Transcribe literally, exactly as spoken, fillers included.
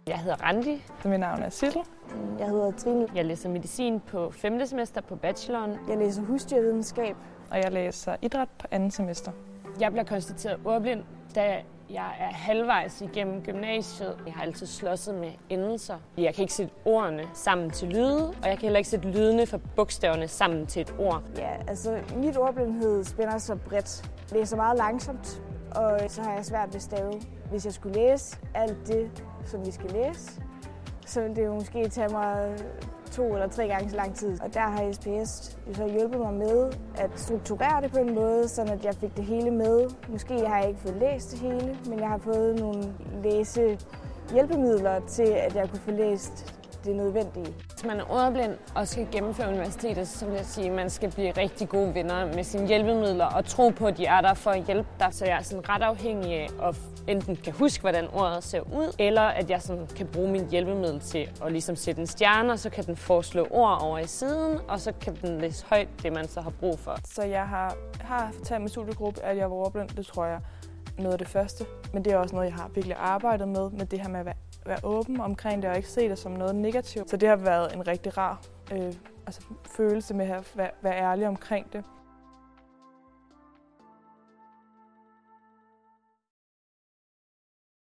Jeg hedder Randi. Mit navn er Sissel. Jeg hedder Trine. Jeg læser medicin på femte semester på bacheloren. Jeg læser husdyrvidenskab. Og jeg læser idræt på andet semester. Jeg bliver konstateret ordblind, da jeg er halvvejs igennem gymnasiet. Jeg har altid slåsset med endelser. Jeg kan ikke sætte ordene sammen til lyde, og jeg kan heller ikke sætte lydene fra bogstaverne sammen til et ord. Ja, altså mit ordblindhed spænder så bredt. Jeg læser meget langsomt, og så har jeg svært ved at stave. Hvis jeg skulle læse alt det, som vi skal læse, så ville det jo måske tage mig to eller tre gange så lang tid. Og der har S P S jo så hjulpet mig med at strukturere det på en måde, så at jeg fik det hele med. Måske har jeg ikke fået læst det hele, men jeg har fået nogle læsehjælpemidler til, at jeg kunne få læst det nødvendige. Hvis man er ordblind og skal gennemføre universitetet, så vil jeg sige, at man skal blive rigtig gode venner med sine hjælpemidler og tro på, at de er der for at hjælpe dig. Så jeg er sådan ret afhængig af at enten kan huske, hvordan ordet ser ud, eller at jeg sådan kan bruge min hjælpemiddel til at ligesom sætte en stjerne, og så kan den foreslå ord over i siden, og så kan den læse højt det, man så har brug for. Så jeg har, har fortalt min studiegruppe, at jeg var ordblind. Det tror jeg noget af det første. Men det er også noget, jeg har virkelig arbejdet med, med det her med at være være åben omkring det og ikke se det som noget negativt. Så det har været en rigtig rar øh, altså, følelse med at være, være ærlig omkring det.